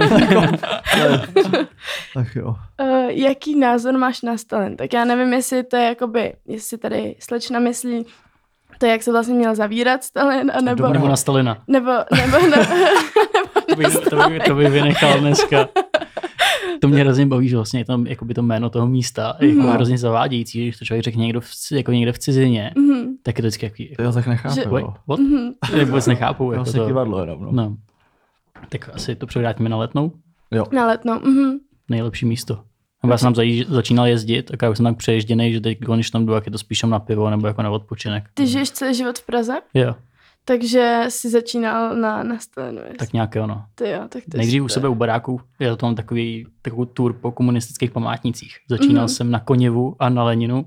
Tak jo. Jaký názor máš na Stalin? Tak já nevím, jestli to je jakoby, jestli tady slečna myslí to, jak se vlastně měl zavírat Stalin, anebo... Nebo na Stalina. Nebo to by vynechal dneska. To mě hrozně baví, že vlastně je tam jakoby to jméno toho místa je jako hrozně zavádějící, když to člověk řekne někde v cizině, tak je to vždycky jaký... To já tak nechápu. What? Vůbec nechápu. Jako to kivadlo jenom. No. Tak asi to převrátíme na Letnou. Jo. Na Letnou. Nejlepší místo. Já jsem tam začínal jezdit, tak já už jsem tak přeježděnej, že teď, když tam jdu, jak je to spíš na pivo nebo jako na odpočinek. Ty žiješ celý život v Praze? Jo. Takže jsi začínal na Stalinu. Tak nějaké ono. Tak nejdřív u sebe u baráku, já to mám takovou tour po komunistických památnicích. Začínal jsem na Koněvu a na Leninu.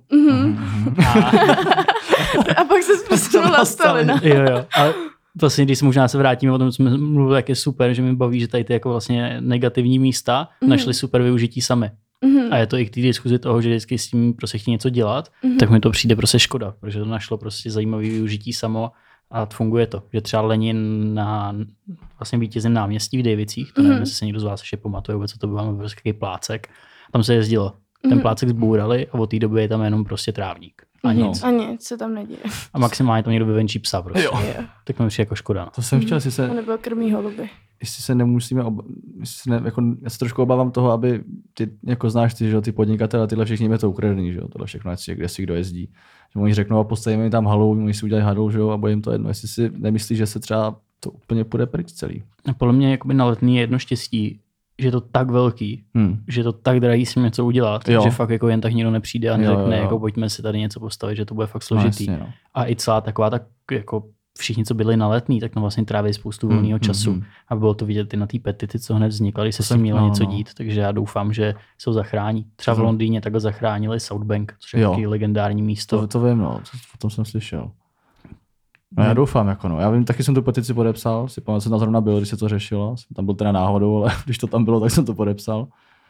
A pak se zprostil na Stalina. Jo. A vlastně, když se možná se vrátíme o tom, co jsme mluvili, jak je super, že mi baví, že tady ty jako vlastně negativní místa našly super využití sami. A je to i k té diskuzi toho, že vždycky s tím prostě chtějí něco dělat, tak mi to přijde prostě škoda, protože to našlo prostě zajímavé využití samo a funguje to. Že třeba Lenin na vlastně vítězném náměstí v Dejvicích, to nevím, jestli se někdo z vás ještě pamatuje, co to bylo, prostě takový plácek. Tam se jezdilo. Ten plácek zbourali a od té doby je tam jenom prostě trávník. A nic. A nic se tam neděje. A maximálně tam někdo vyvenčí psa prostě. Jo. Tak mi přijde jako škoda. To jsem chtěl, jestli se... A nebo krmí holuby. Jestli se nemusíme, jako, já se trošku obávám toho, aby ty, jako znáš ty, že ty podnikatele, tyhle všichni je to ukradený, že jo, tohle všechno, kde si kdo jezdí. Že oni řeknou a postavíme tam halu, oni si udělají hadl, že jo, a bude jim to jedno. Jestli si nemyslíš, že se třeba to úplně půjde pryč celý. A podle mě jakoby na Letný je jedno štěstí, že je to tak velký, že je to tak drahý si něco udělat, že fakt jako jen tak nikdo nepřijde a neřekne, jako pojďme si tady něco postavit, že to bude fakt složitý. No, jasně, a i celá taková tak jako všichni, co byli na Letný, tak tam vlastně tráví spoustu volného času. A bylo to vidět i na té petici, co hned vznikla, když se s tím mělo něco dít, takže já doufám, že se ho zachrání. Třeba v Londýně takhle zachránili South Bank, což je taky legendární místo. To vím, no, o tom jsem slyšel. No já doufám, jako no. Já vím, taky jsem tu petici podepsal, si pamatuju, jsem tam zrovna byl, když se to řešilo, jsem tam byl teda náhodou, ale když to tam bylo, tak jsem to podepsal.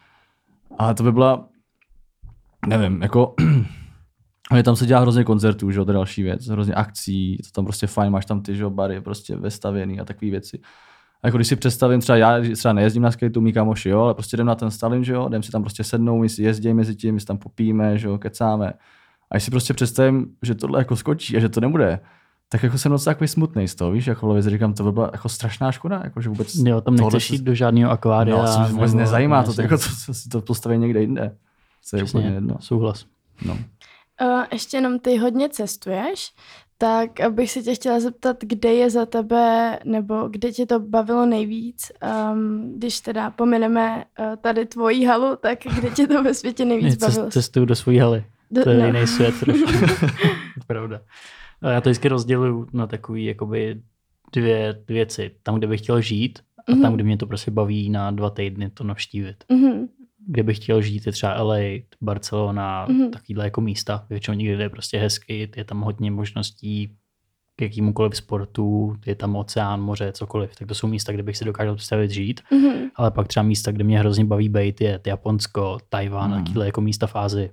A to by byla, nevím, jako, tam se dělá hrozně koncertů, že jo, to je další věc, hrozně akcí, to tam prostě fajn, máš tam ty, že jo, bary prostě vestavěný a takové věci. A jako když si představím, třeba já třeba nejezdím na skateu, mý kamoši, jo, ale prostě jdem na ten Stalin, že jo, jdem si tam prostě sednout, my si jezdíme mezi tím, my si tam popíme, že jo, kecáme. A když si prostě představím, že tohle jako skočí a že to nebude, tak jako jsem docela takový smutnej z toho, víš, jako v hlavě říkám, to by byla jako strašná škoda, jako že vůbec... Jo, tam nechceš jít do žádného akvária. No, se vůbec nezajímá to, jako to postaví někde jinde. To je úplně jedno. Souhlas. No. Ještě jenom ty hodně cestuješ, tak bych se tě chtěla zeptat, kde je za tebe, nebo kde tě to bavilo nejvíc, když teda pomineme tady tvojí halu, tak kde tě to ve světě nejvíc bavilo? Cestuju do svojí haly. To je jiný svět trošku. Pravda. Já to vždycky rozděluju na takový jakoby dvě věci. Tam, kde bych chtěl žít a tam, kde mě to prostě baví na 2 týdny to navštívit. Kde bych chtěl žít je třeba LA, Barcelona, takovýhle jako místa. Většinou někde je prostě hezky, je tam hodně možností k jakýmukoliv sportu, je tam oceán, moře, cokoliv. Tak to jsou místa, kde bych si dokázal představit žít. Ale pak třeba místa, kde mě hrozně baví být, je Japonsko, Tajván, takovýhle jako místa v Ázii.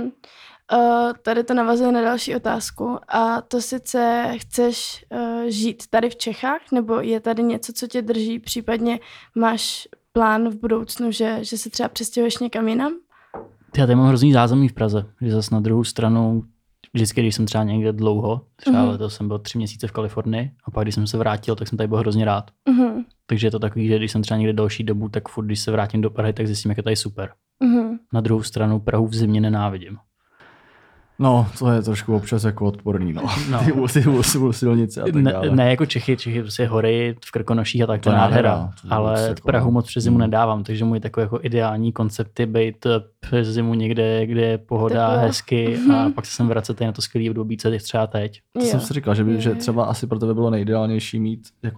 Tady to navazuje na další otázku a to sice chceš žít tady v Čechách, nebo je tady něco, co tě drží, případně máš plán v budoucnu, že se třeba přestěhuješ někam jinam? Já tady mám hrozný zázemí v Praze, že zase na druhou stranu vždycky, když jsem třeba někde dlouho, třeba letos jsem byl 3 měsíce v Kalifornii a pak když jsem se vrátil, tak jsem tady byl hrozně rád. Takže je to takový, že když jsem třeba někde další dobu, tak furt, když se vrátím do Prahy, tak zjistím, jak je tady super. Na druhou stranu Prahu v zimě nenávidím. No, to je trošku občas jako odporný, no. Ty silnice a tak dále. Ne jako Čechy prostě hory v Krkonoších a tak, to je nádhera. Ale Prahu moc přes zimu nedávám, takže můj takový jako ideální koncept je být přes zimu někde, kde je pohoda, hezky a pak se sem vracet na to skvělý období, co je třeba teď. To jsem si říkal, že třeba asi pro tebe bylo nejideálnější mít jako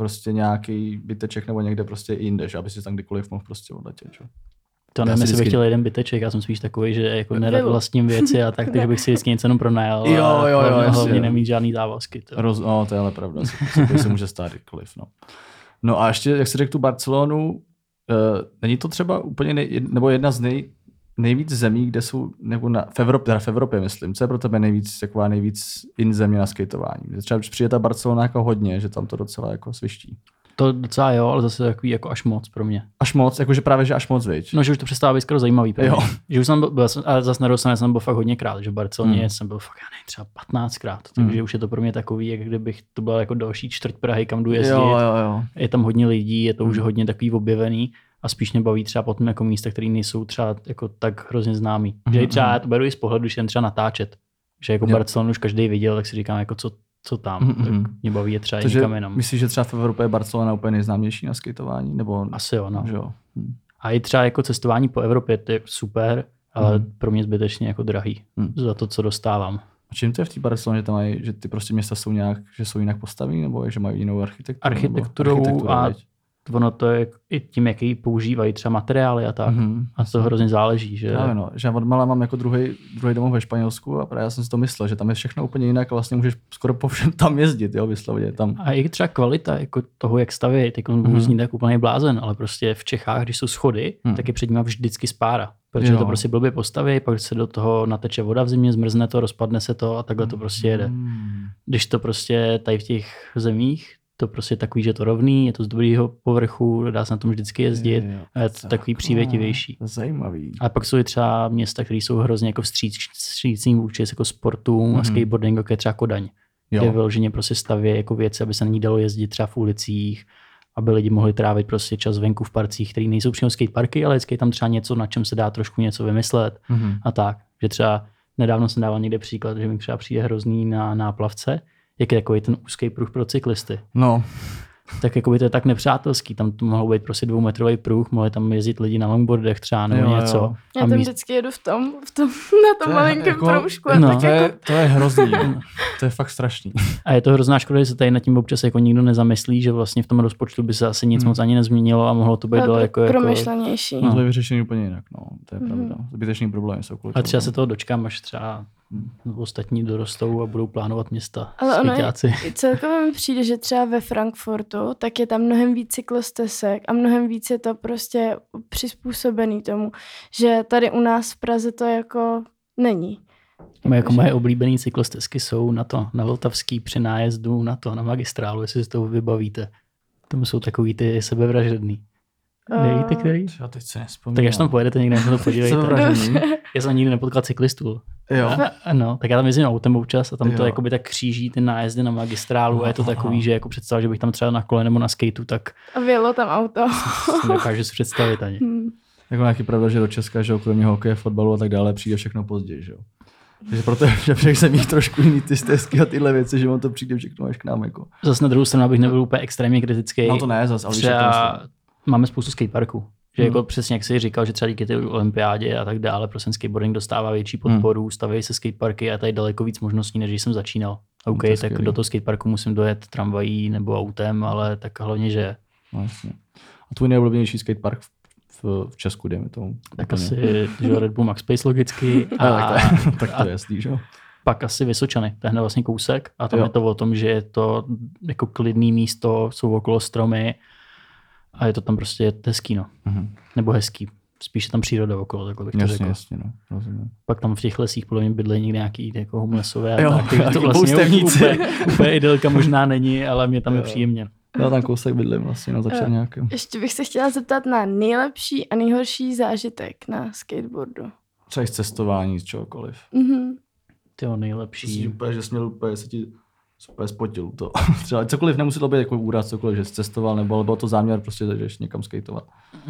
nějaký byteček nebo někde prostě jinde, že aby si tam kdykoliv mohl prostě odletět, že? To nevím, jestli bych chtěl jeden byteček, já jsem spíš takový, že jako nerad vlastním věci a tak, takže bych si vždycky něco jenom pronajal a hlavně nemít žádný závazky. To je ale pravda, to se může stát kdykoliv. No a ještě, jak jsi řekl tu Barcelonu, není to třeba úplně nebo jedna z nejvíc zemí, kde jsou, nebo v Evropě myslím, co je pro tebe nejvíc in země na skateování? Třeba přijde ta Barcelona jako hodně, že tam to docela jako sviští. To docela jo, ale zase takový jako až moc pro mě. Až moc? Jakože právě, že až moc, viď? No, že už to přestává být skoro zajímavý pro mě. Že už jsem byl, ale zase na Rosaně jsem byl fakt hodněkrát, že v Barceloně jsem byl fakt, já nevím, třeba 15krát, takže už je to pro mě takový, jak kdybych to byl jako další čtvrť Prahy, kam jdu jezdit. Jo. Je tam hodně lidí, je to už hodně takový objevený a spíš mě baví třeba potom jako místa, které nejsou třeba jako tak hrozně známý. Že třeba já to beru i z pohledu, když jen třeba natáčet, že jako Barcelonu už každý viděl, tak si říkám, jako co tam, tak mě baví je třeba někam jinam. Myslíš, že třeba v Evropě je Barcelona úplně nejznámější na skateování? Nebo... Asi jo, no. A i třeba jako cestování po Evropě, to je super, ale pro mě zbytečně jako drahý za to, co dostávám. A čím to je v té Barceloně, že ty prostě města jsou jinak postavený, nebo že mají jinou architekturu? Architekturou a ono to je i tím, jaký používají třeba materiály a tak. A to hrozně záleží. Že... Právě no, že já odmala mám jako druhý domov ve Španělsku a právě já jsem si to myslel, že tam je všechno úplně jinak a vlastně můžeš skoro po všem tam jezdit, jo, vyslovně tam. A i třeba kvalita jako toho, jak staví, tak on zní tak úplně blázen, ale prostě v Čechách, když jsou schody, tak je před nimi vždycky spára. Protože to prostě blbě postaví, pak se do toho nateče voda v zimě, zmrzne to, rozpadne se to a takhle to prostě jede. Když to prostě tady v těch zemích, to prostě takový, že to rovný, je to z dobrýho povrchu, dá se na tom vždycky jezdit a je to takový přívětivější. Zajímavý. A pak jsou i třeba města, které jsou hrozně jako vstřícní vůči jako sportům a skateboardingu, jako je třeba Kodaň. Kde vyloženě prostě staví jako věci, aby se na ní dalo jezdit třeba v ulicích, aby lidi mohli trávit prostě čas venku v parcích, které nejsou přímo skateparky, ale je tam třeba něco, na čem se dá trošku něco vymyslet a tak. Že třeba nedávno jsem dával někde příklad, že mi třeba přijde hrozný na náplavce, jak je takový ten úzký pruh pro cyklisty. No. Tak jakoby to je tak nepřátelský, tam to mohlo být prostě 2metrový pruh, mohli tam jezdit lidi na longboardech třeba nebo něco. Jo. Já tam vždycky jedu na tom malinkém jako, proužku. To je hrozný, to je fakt strašný. A je to hrozná škoda, že se tady nad tím občas jako nikdo nezamyslí, že vlastně v tom rozpočtu by se asi nic moc ani nezměnilo a mohlo to být daleko promyšlenější. No to je vyřešený úplně jinak, no, to je pravda. Zbytečný problém jsou kvůli. A třeba se toho dočkám, až třeba ostatní dorostou a budou plánovat města. Ale ono celkově mi přijde, že třeba ve Frankfurtu, tak je tam mnohem víc cyklostezek a mnohem víc je to prostě přizpůsobený tomu, že tady u nás v Praze to jako není. Jako moje oblíbené cyklostezky jsou na Vltavský při nájezdu na magistrálu, jestli si to vybavíte. Tam jsou takový ty sebevražedný. Nevíte, který? Já teď se nespomínám. Tak až tam pojedete někde, se to podívejte. Já jsem nikdy nepotkal cyklistů. Jo. No, tak já tam jezdím autem občas a tam to jakoby tak kříží ty nájezdy na magistrálu a je to takový, že jako představ, že bych tam třeba na kole nebo na skateu, tak... A vyjelo tam auto. Nedokážu si představit ani. Jako nějaký pravda, že do Česka, že kromě hokeje, fotbalu a tak dále přijde všechno později, že jo. Takže proto je ve všech zemích trošku jiný ty stezky a tyhle věci, že on to přijde všechno až k nám. Jako. Zase na druhou stranu, abych nebyl úplně extrémně kritický. No to ne, zase, ale třeba máme spoustu skateparků. Že jako přesně jak jsi říkal, že třeba díky té olympiádě a tak dále, prostě skateboarding dostává větší podporu, stavějí se skateparky a tady daleko víc možností, než když jsem začínal. OK, tak do toho skateparku musím dojet tramvají nebo autem, ale tak hlavně, že... No, jasně. A tvůj nejoblíbenější skatepark v Česku, dejme tomu? Tak asi Red Bull Max Pace logicky. Tak to je jasný, že jo? Pak asi Vysočany, to je hned vlastně kousek a tam je to o tom, že je to jako klidný místo, jsou okolo stromy a je to tam prostě hezký, no. Nebo hezký. Spíš je tam příroda okolo, takhle bych to řekl. Jasně, no. Rozumím. Pak tam v těch lesích podle mě bydlejí někde nějaký jako homelessové a tak, takže to vlastně úplně idylka možná není, ale mě tam je příjemně. Já tam kousek bydlím vlastně na Začerňákem. Ještě bych se chtěla zeptat na nejlepší a nejhorší zážitek na skateboardu. Třeba i z cestování, z čehokoliv. To nejlepší. Úplně, že jsi měl úplně, se ti super spotil to. Třeba cokoliv nemuselo být jako úraz, cokoliv, že jsi cestoval, nebo byl to záměr prostě, že jdeš někam skateovat.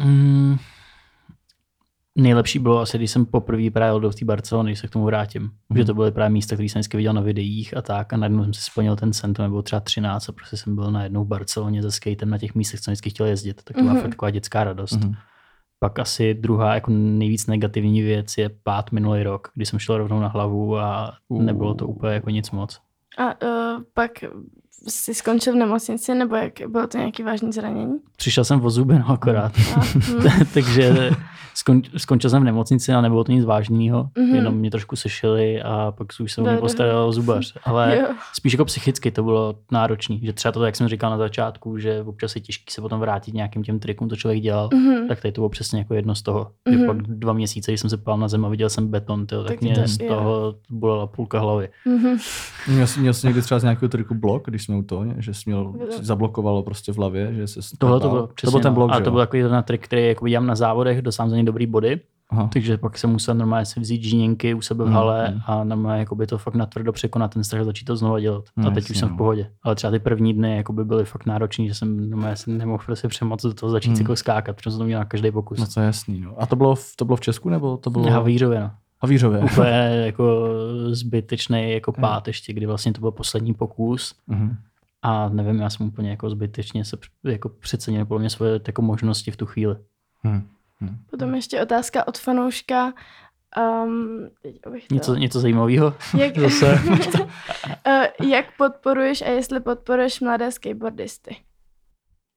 Nejlepší bylo asi, když jsem poprvé právě do té Barcelony, když se k tomu vrátím. Že to byly právě místa, které jsem vždycky viděl na videích a tak. A najednou jsem si splnil ten sen, to mi bylo třeba 13 a prostě jsem byl najednou v Barceloně se skatem na těch místech, co jsem vždycky chtěl jezdit. Tak to byla fakt taková dětská radost. Pak asi druhá jako nejvíc negativní věc je pád minulý rok, kdy jsem šel rovnou na hlavu a nebylo to úplně jako nic moc. A pak jsi skončil v nemocnici, nebo jak bylo to nějaké vážné zranění? Přišel jsem o zubenu akorát. Takže skončil jsem v nemocnici a nebylo to nic vážného, jenom mě trošku sešili a pak už jsem mě postaral zubař. Ale spíš jako psychicky to bylo náročné, že třeba to, jak jsem říkal na začátku, že občas je těžký se potom vrátit nějakým těm trikům, to člověk dělal, tak tady to bylo přesně jako jedno z toho. Že pak 2 měsíce, když jsem se pál na zem a viděl jsem beton, tak mě z toho bolela půlka hlavy. Měl jsi někdy třeba z nějakého triku blok, když jsme u toho, že jsi měl, zablokovalo prostě v hlavě, že se tohle to bylo přesně, ten blok, a to byl takový trik, který jako dělám na závodech, dosám za ně dobrý body. Takže pak jsem musel normálně si vzít žíněnky u sebe v hale a normálně jakoby to fakt natvrdo překonat ten strach a začít to znova dělat. A teď už jsem v pohodě. Ale třeba ty první dny jakoby byly fakt náročný, že jsem normálně si nemohl prostě přemoct do toho začít jako skákat, protože jsem to měl na každý pokus. No to je jasný. No. A to bylo v Česku nebo to bylo? Havířově, no. Havířově. Úplně jako zbytečný jako pád ještě, kdy vlastně to byl poslední pokus. A nevím, já jsem úplně jako zbytečně se jako přecenil podle mě svoje jako možnosti v tu chvíli. Potom ještě otázka od fanouška. Něco zajímavého? Jak podporuješ a jestli podporuješ mladé skateboardisty?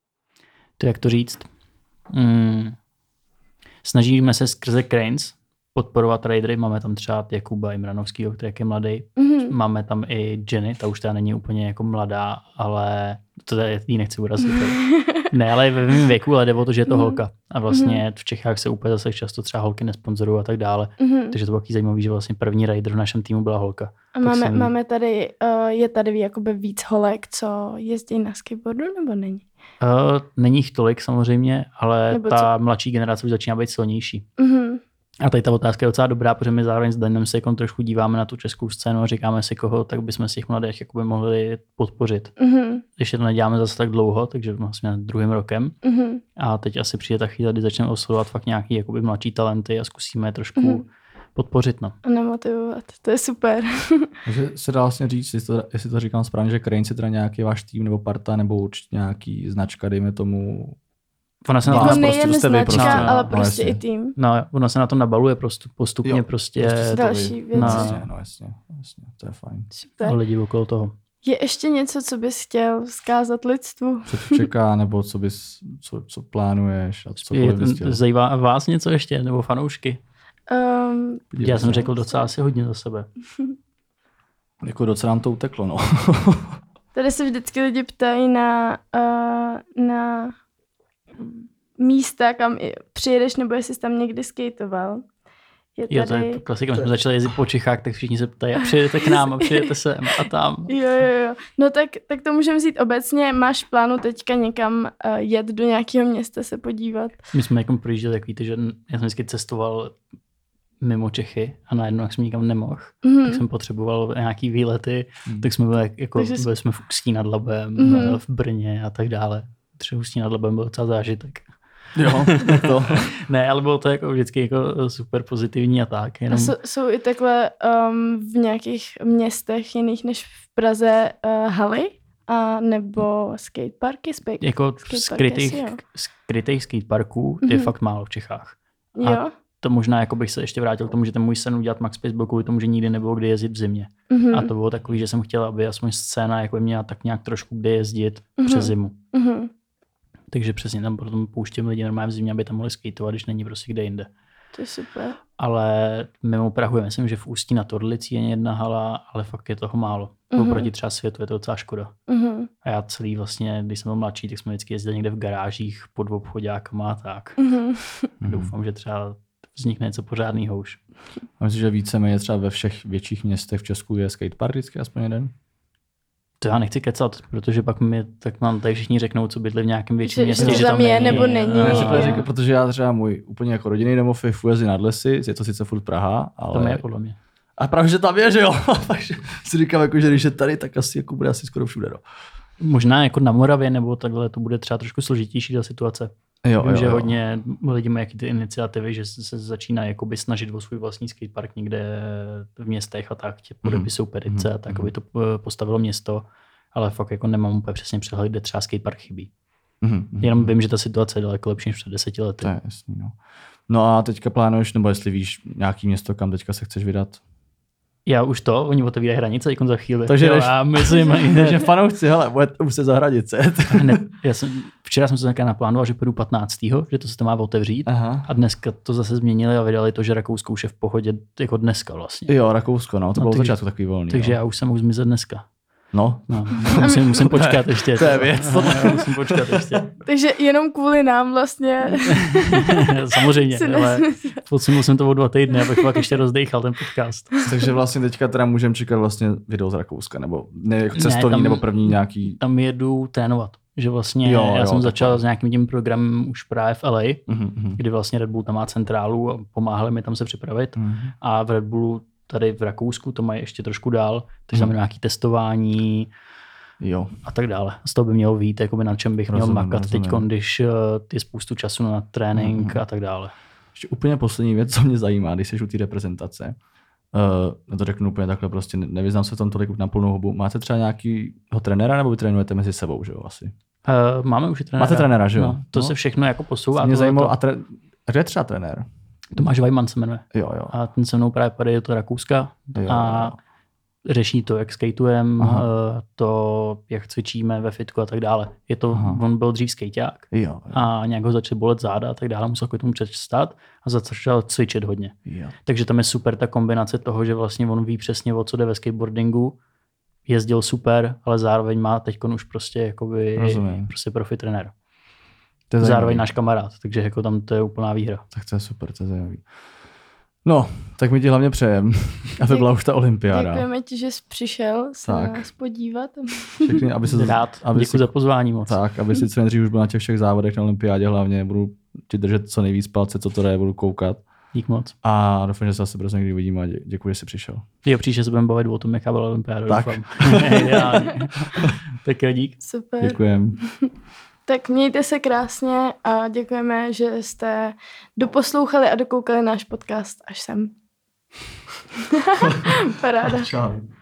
To jak to říct? Snažíme se skrze Cranes podporovat tradery. Máme tam třeba Jakuba Imranovského, který je mladý. Máme tam i Jenny, ta už teda není úplně jako mladá, ale to jí nechci urazit. Ne, ale ve mém věku, ale jde o to, že je to holka. A vlastně v Čechách se úplně zase často třeba holky nesponzorují a tak dále. Takže to bylo taky zajímavé, že vlastně první rider v našem týmu byla holka. A máme tady, je tady jakoby víc holek, co jezdí na skateboardu, nebo není? Není jich tolik samozřejmě, ale nebo ta mladší generace už začíná být silnější. A tady ta otázka je docela dobrá, protože my zároveň s Danem se jako trošku díváme na tu českou scénu a říkáme si, koho tak bychom si těch mladých jakoby mohli podpořit. Ještě to neděláme zase tak dlouho, takže vlastně 2. rokem. A teď asi přijde ta chvíle, kdy začneme oslovovat fakt nějaký jakoby mladší talenty a zkusíme je trošku podpořit. No. A nemotivovat, to je super. Takže se dá vlastně říct, jestli to říkám správně, že Cranes je teda nějaký váš tým nebo parta, nebo určitě nějaký značka, dejme tomu. Ona se jako nejen značka, ale prostě i tým. No, ona se na to nabaluje postupně prostě další věci. No jasně, to je fajn. Super. Lidi okolo toho. Je ještě něco, co bys chtěl vzkázat lidstvu? Co tě čeká, nebo co plánuješ a cokoliv bys chtěl? Zajímá vás něco ještě, nebo fanoušky? Já jsem řekl docela asi hodně za sebe. Jako docela nám to uteklo, no. Tady se vždycky lidi ptají na místa, kam přijedeš, nebo jestli jsi tam někdy skateoval. Jo, to je klasika. Když jsme začali jezdit po Čechách, tak všichni se ptají, a přijedete k nám, a přijedete sem a tam. Jo. No tak to můžeme vzít obecně. Máš plánu teďka někam jet do nějakého města se podívat? My jsme jako projížděli, jak víte, že já jsem vždycky cestoval mimo Čechy a najednou, jak jsem nikam nemohl, tak jsem potřeboval nějaký výlety, tak jsme byli jsme v Ústí nad Labem, v Brně a tak dále. Třeba Ústí nad Labem byl docela zážitek. Jo, to. Ne, ale bylo to jako vždycky jako super pozitivní a tak. Jenom... A jsou i takhle v nějakých městech jiných než v Praze haly? A nebo skateparky? Jako skrytých skateparků je fakt málo v Čechách. Jo. A to možná jako bych se ještě vrátil k tomu, že ten můj sen udělat Max Space byl kvůli tomu, že nikdy nebylo kde jezdit v zimě. A to bylo takový, že jsem chtěl, aby aspoň scéna jako měla tak nějak trošku kde jezdit přes zimu. Takže přesně tam potom pouštím lidi normálně v zimě, aby tam mohli skateovat, když není prostě kde jinde. To je super. Ale mimo Prahu, myslím, že v Ústí nad Orlicí je jedna hala, ale fakt je toho málo. Oproti třeba světu je to docela škoda. A já celý vlastně, když jsem byl mladší, tak jsme vždycky jezdili někde v garážích pod obchoďákama a tak. Doufám, že třeba vznikne něco pořádného už. A myslím, že víceméně třeba ve všech větších městech v Česku je skatepark vždycky aspoň jeden? To já nechci kecat, protože pak tak nám tady všichni řeknou, co bydli v nějakém větším městě, že tam je nebo není. Protože já třeba můj úplně jako rodinný domov je v Újezdi nad Lesy, je to sice furt Praha, ale... Tam je podle mě. A právě, že tam je, že jo. Takže si říkám, jako, že když je tady, tak asi jako bude asi skoro všude. No. Možná jako na Moravě nebo takhle to bude třeba trošku složitější ta situace. Vím, že hodně lidi mají ty iniciativy, že se začínají jakoby snažit o svůj vlastní skatepark někde v městech a tak, podepisují petice a tak, aby to postavilo město, ale fakt jako nemám úplně přesně přehled, kde třeba skatepark chybí. Jenom vím, že ta situace je daleko lepší než před 10 lety. To je jasný, no. No a teďka plánuješ, nebo jestli víš nějaký město, kam teďka se chceš vydat? Já už oni otevírají hranice jako za chvíli. Takže takže fanoušci, hele, už se za hranice. Včera jsem se také naplánoval, že půjdu 15. že to se to má otevřít. A dneska to zase změnili a vydali to, že Rakousko už je v pohodě jako dneska vlastně. Jo, Rakousko, no, to bylo začátku takový volný. Takže já už jsem mohl zmizet dneska. No. Musím počkat ještě. To je věc. Musím počkat ještě. Takže jenom kvůli nám vlastně. Samozřejmě, ale posunul jsem to o 2 týdny, abych pak ještě rozdejchal ten podcast. Takže vlastně teďka teda můžeme čekat vlastně video z Rakouska, nebo cestovní, nebo první nějaký. Tam jedu trénovat. Že vlastně já jsem začal s nějakým tím programem už právě v LA, kdy vlastně Red Bull tam má centrálu a pomáhali mi tam se připravit. A v Red Bullu tady v Rakousku to mají ještě trošku dál, takže tam je nějaké testování a tak dále. Z toho by mělo vyjít, jakoby na čem bych měl makat teď, když je spoustu času na trénink a tak dále. Ještě úplně poslední věc, co mě zajímá, když jsi u té reprezentace. To řeknu úplně takhle, prostě nevyznám se v tom tolik na plnou hubu. Máte třeba nějakýho trenéra, nebo vy trénujete mezi sebou, že jo, asi? Máme už i trenéra. Máte trenéra, že jo? No, to se všechno jako posouvá. Mě zajímalo, a kde je třeba trenér? Tomáš Weimann se jmenuje. Jo. A ten se mnou právě padá do toho Rakouska. A řeší to, jak skatujeme, to, jak cvičíme ve fitku a tak dále. On byl dřív skejťák a nějak ho začal bolet záda a tak dále, musel k tomu přestat a začal cvičit hodně. Jo. Takže tam je super ta kombinace toho, že vlastně on ví přesně, o co jde ve skateboardingu, jezdil super, ale zároveň má teďkon už prostě jakoby prostě profi trenér. Zároveň náš kamarád, takže jako tam to je úplná výhra. Tak to je super, to je zajímavý. No, tak my ti hlavně přejem, aby byla už ta olympiáda. Děkujeme ti, že jsi přišel se nás podívat. Všechny, aby se rád, děkuji za pozvání moc. Tak, aby si co nejdřív už byl na těch všech závodech na olympiádě hlavně, budu ti držet co nejvíc palce, co to jde, budu koukat. Dík moc. A doufám, že se zase brzo někdy uvidíme a děkuji, že jsi přišel. Jo, příště se budeme bavit o tom, jaká byla olympiáda. Tak. Tak jo, dík. Super. Děkujem. Tak mějte se krásně a děkujeme, že jste doposlouchali a dokoukali náš podcast až sem. Paráda. Čau.